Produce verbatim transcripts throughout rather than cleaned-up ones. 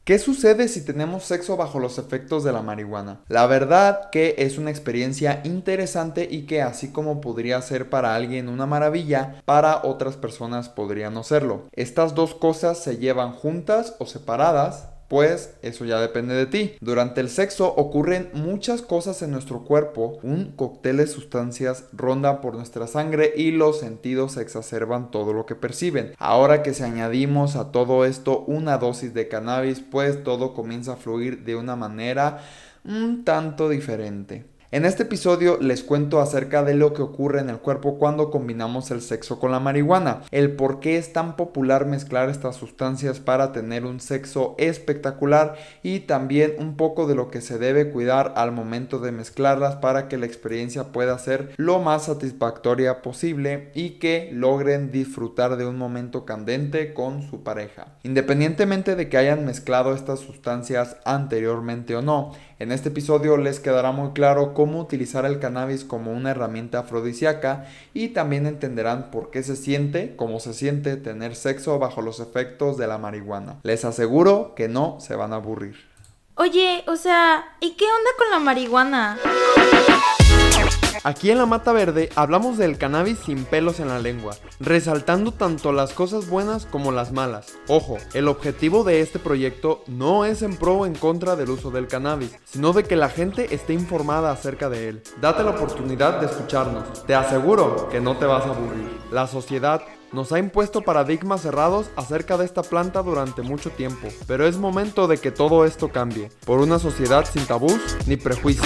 ¿Qué sucede si tenemos sexo bajo los efectos de la marihuana? La verdad que es una experiencia interesante y que así como podría ser para alguien una maravilla, para otras personas podría no serlo. Estas dos cosas se llevan juntas o separadas. Pues eso ya depende de ti. Durante el sexo ocurren muchas cosas en nuestro cuerpo. Un cóctel de sustancias ronda por nuestra sangre y los sentidos exacerban todo lo que perciben. Ahora que si añadimos a todo esto una dosis de cannabis, pues todo comienza a fluir de una manera un tanto diferente. En este episodio les cuento acerca de lo que ocurre en el cuerpo cuando combinamos el sexo con la marihuana, el por qué es tan popular mezclar estas sustancias para tener un sexo espectacular y también un poco de lo que se debe cuidar al momento de mezclarlas para que la experiencia pueda ser lo más satisfactoria posible y que logren disfrutar de un momento candente con su pareja. Independientemente de que hayan mezclado estas sustancias anteriormente o no, en este episodio les quedará muy claro cómo utilizar el cannabis como una herramienta afrodisíaca y también entenderán por qué se siente, cómo se siente tener sexo bajo los efectos de la marihuana. Les aseguro que no se van a aburrir. Oye, o sea, ¿y qué onda con la marihuana? Aquí en La Mata Verde hablamos del cannabis sin pelos en la lengua, resaltando tanto las cosas buenas como las malas. Ojo, el objetivo de este proyecto no es en pro o en contra del uso del cannabis, sino de que la gente esté informada acerca de él. Date la oportunidad de escucharnos, te aseguro que no te vas a aburrir. La sociedad nos ha impuesto paradigmas cerrados acerca de esta planta durante mucho tiempo, pero es momento de que todo esto cambie, por una sociedad sin tabús ni prejuicios.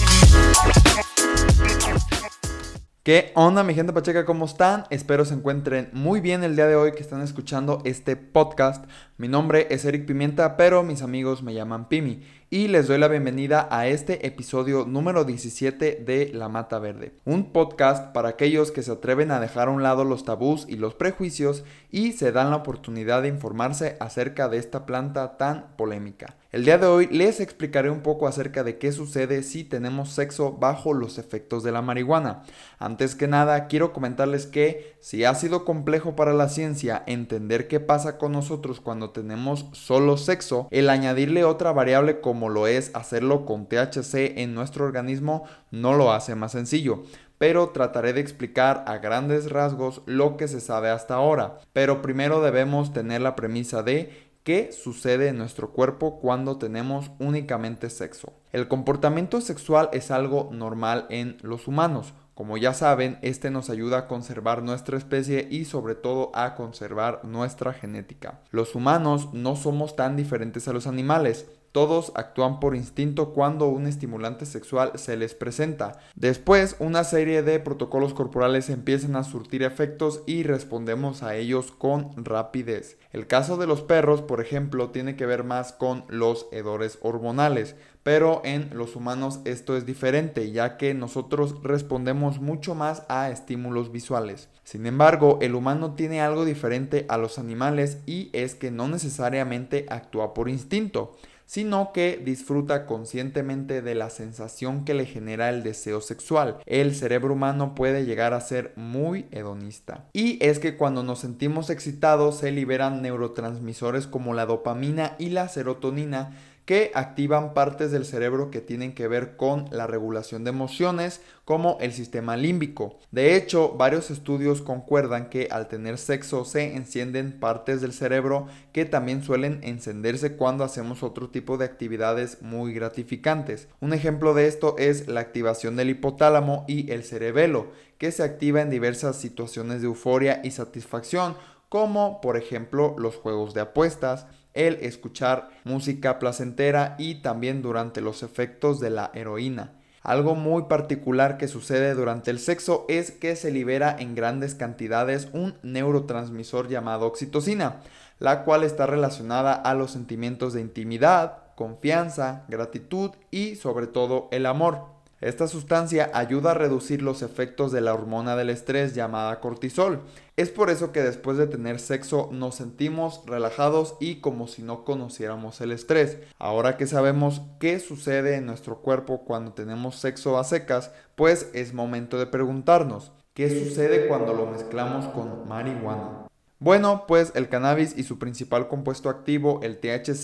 ¿Qué onda, mi gente pacheca? ¿Cómo están? Espero se encuentren muy bien el día de hoy que están escuchando este podcast. Mi nombre es Eric Pimienta, pero mis amigos me llaman Pimi. Y les doy la bienvenida a este episodio número diecisiete de La Mata Verde. Un podcast para aquellos que se atreven a dejar a un lado los tabús y los prejuicios y se dan la oportunidad de informarse acerca de esta planta tan polémica. El día de hoy les explicaré un poco acerca de qué sucede si tenemos sexo bajo los efectos de la marihuana. Antes que nada, quiero comentarles que si ha sido complejo para la ciencia entender qué pasa con nosotros cuando tenemos solo sexo, el añadirle otra variable como lo es hacerlo con T H C en nuestro organismo no lo hace más sencillo. Pero trataré de explicar a grandes rasgos lo que se sabe hasta ahora. Pero primero debemos tener la premisa de ¿qué sucede en nuestro cuerpo cuando tenemos únicamente sexo? El comportamiento sexual es algo normal en los humanos. Como ya saben, este nos ayuda a conservar nuestra especie y sobre todo a conservar nuestra genética. Los humanos no somos tan diferentes a los animales. Todos actúan por instinto cuando un estimulante sexual se les presenta. Después, una serie de protocolos corporales empiezan a surtir efectos y respondemos a ellos con rapidez. El caso de los perros, por ejemplo, tiene que ver más con los hedores hormonales, pero en los humanos esto es diferente, ya que nosotros respondemos mucho más a estímulos visuales. Sin embargo, el humano tiene algo diferente a los animales y es que no necesariamente actúa por instinto, sino que disfruta conscientemente de la sensación que le genera el deseo sexual. El cerebro humano puede llegar a ser muy hedonista. Y es que cuando nos sentimos excitados se liberan neurotransmisores como la dopamina y la serotonina, que activan partes del cerebro que tienen que ver con la regulación de emociones, como el sistema límbico. De hecho, varios estudios concuerdan que al tener sexo se encienden partes del cerebro que también suelen encenderse cuando hacemos otro tipo de actividades muy gratificantes. Un ejemplo de esto es la activación del hipotálamo y el cerebelo, que se activa en diversas situaciones de euforia y satisfacción, como por ejemplo los juegos de apuestas, el escuchar música placentera y también durante los efectos de la heroína. Algo muy particular que sucede durante el sexo es que se libera en grandes cantidades un neurotransmisor llamado oxitocina, la cual está relacionada a los sentimientos de intimidad, confianza, gratitud y sobre todo el amor. Esta sustancia ayuda a reducir los efectos de la hormona del estrés llamada cortisol. Es por eso que después de tener sexo nos sentimos relajados y como si no conociéramos el estrés. Ahora que sabemos qué sucede en nuestro cuerpo cuando tenemos sexo a secas, pues es momento de preguntarnos, ¿qué sucede cuando lo mezclamos con marihuana? Bueno, pues el cannabis y su principal compuesto activo, el T H C,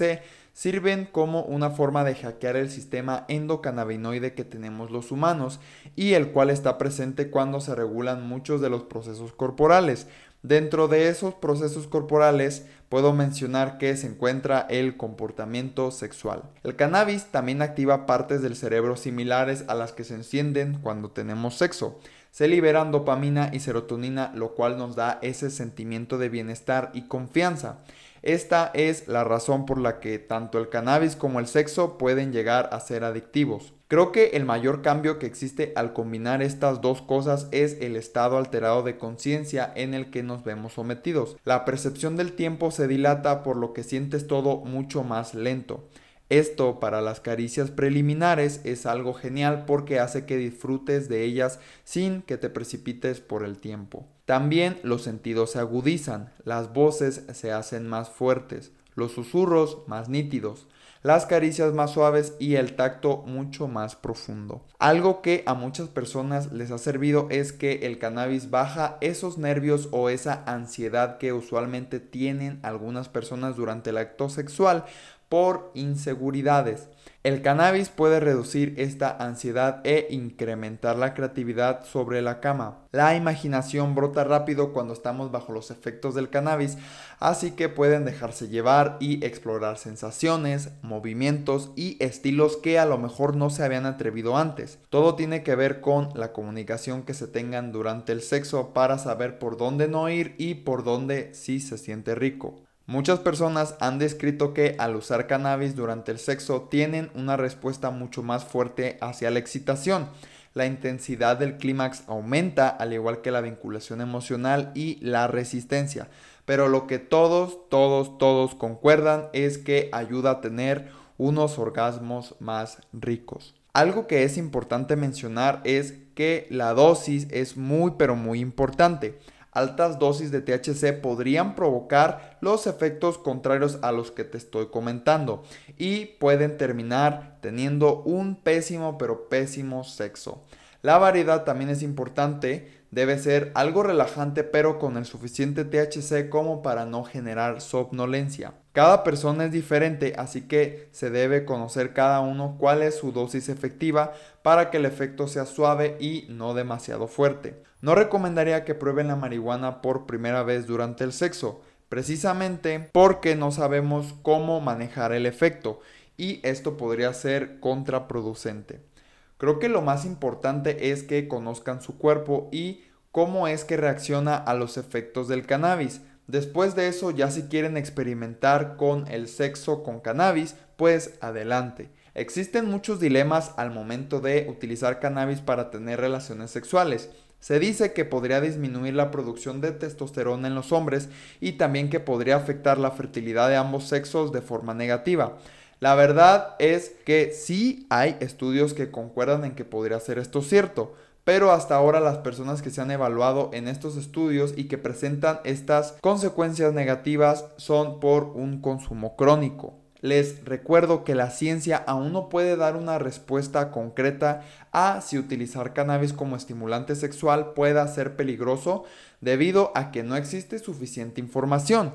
sirven como una forma de hackear el sistema endocannabinoide que tenemos los humanos y el cual está presente cuando se regulan muchos de los procesos corporales. Dentro de esos procesos corporales puedo mencionar que se encuentra el comportamiento sexual. El cannabis también activa partes del cerebro similares a las que se encienden cuando tenemos sexo. Se liberan dopamina y serotonina, lo cual nos da ese sentimiento de bienestar y confianza. Esta es la razón por la que tanto el cannabis como el sexo pueden llegar a ser adictivos. Creo que el mayor cambio que existe al combinar estas dos cosas es el estado alterado de conciencia en el que nos vemos sometidos. La percepción del tiempo se dilata, por lo que sientes todo mucho más lento. Esto para las caricias preliminares es algo genial porque hace que disfrutes de ellas sin que te precipites por el tiempo. También los sentidos se agudizan, las voces se hacen más fuertes, los susurros más nítidos, las caricias más suaves y el tacto mucho más profundo. Algo que a muchas personas les ha servido es que el cannabis baja esos nervios o esa ansiedad que usualmente tienen algunas personas durante el acto sexual por inseguridades. El cannabis puede reducir esta ansiedad e incrementar la creatividad sobre la cama. La imaginación brota rápido cuando estamos bajo los efectos del cannabis, así que pueden dejarse llevar y explorar sensaciones, movimientos y estilos que a lo mejor no se habían atrevido antes. Todo tiene que ver con la comunicación que se tengan durante el sexo para saber por dónde no ir y por dónde sí se siente rico. Muchas personas han descrito que al usar cannabis durante el sexo tienen una respuesta mucho más fuerte hacia la excitación. La intensidad del clímax aumenta, al igual que la vinculación emocional y la resistencia. Pero lo que todos, todos, todos concuerdan es que ayuda a tener unos orgasmos más ricos. Algo que es importante mencionar es que la dosis es muy pero muy importante. Altas dosis de T H C podrían provocar los efectos contrarios a los que te estoy comentando y pueden terminar teniendo un pésimo pero pésimo sexo. La variedad también es importante, debe ser algo relajante pero con el suficiente T H C como para no generar somnolencia. Cada persona es diferente, así que se debe conocer cada uno cuál es su dosis efectiva para que el efecto sea suave y no demasiado fuerte. No recomendaría que prueben la marihuana por primera vez durante el sexo, precisamente porque no sabemos cómo manejar el efecto y esto podría ser contraproducente. Creo que lo más importante es que conozcan su cuerpo y cómo es que reacciona a los efectos del cannabis. Después de eso, ya si quieren experimentar con el sexo con cannabis, pues adelante. Existen muchos dilemas al momento de utilizar cannabis para tener relaciones sexuales. Se dice que podría disminuir la producción de testosterona en los hombres y también que podría afectar la fertilidad de ambos sexos de forma negativa. La verdad es que sí hay estudios que concuerdan en que podría ser esto cierto, pero hasta ahora las personas que se han evaluado en estos estudios y que presentan estas consecuencias negativas son por un consumo crónico. Les recuerdo que la ciencia aún no puede dar una respuesta concreta a si utilizar cannabis como estimulante sexual pueda ser peligroso debido a que no existe suficiente información.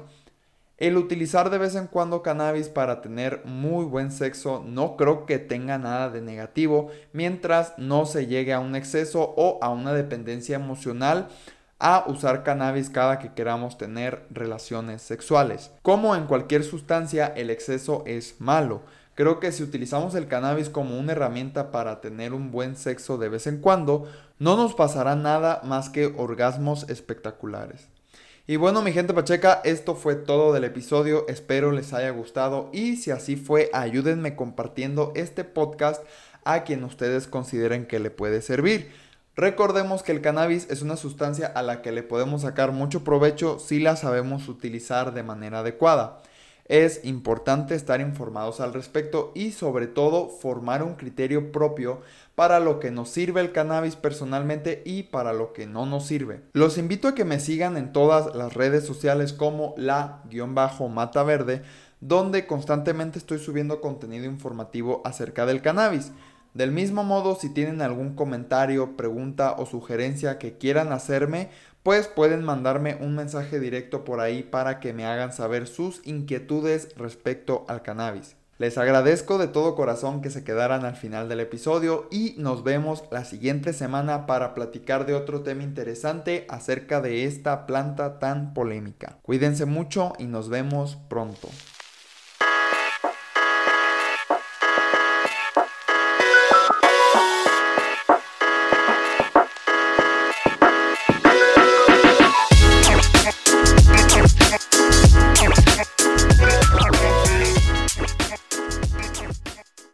El utilizar de vez en cuando cannabis para tener muy buen sexo no creo que tenga nada de negativo mientras no se llegue a un exceso o a una dependencia emocional a usar cannabis cada que queramos tener relaciones sexuales. Como en cualquier sustancia, el exceso es malo. Creo que si utilizamos el cannabis como una herramienta para tener un buen sexo de vez en cuando, no nos pasará nada más que orgasmos espectaculares. Y bueno, mi gente pacheca, esto fue todo del episodio, espero les haya gustado y si así fue, ayúdenme compartiendo este podcast a quien ustedes consideren que le puede servir. Recordemos que el cannabis es una sustancia a la que le podemos sacar mucho provecho si la sabemos utilizar de manera adecuada. Es importante estar informados al respecto y sobre todo formar un criterio propio para lo que nos sirve el cannabis personalmente y para lo que no nos sirve. Los invito a que me sigan en todas las redes sociales como la-mata verde, donde constantemente estoy subiendo contenido informativo acerca del cannabis. Del mismo modo, si tienen algún comentario, pregunta o sugerencia que quieran hacerme, pues pueden mandarme un mensaje directo por ahí para que me hagan saber sus inquietudes respecto al cannabis. Les agradezco de todo corazón que se quedaran al final del episodio y nos vemos la siguiente semana para platicar de otro tema interesante acerca de esta planta tan polémica. Cuídense mucho y nos vemos pronto.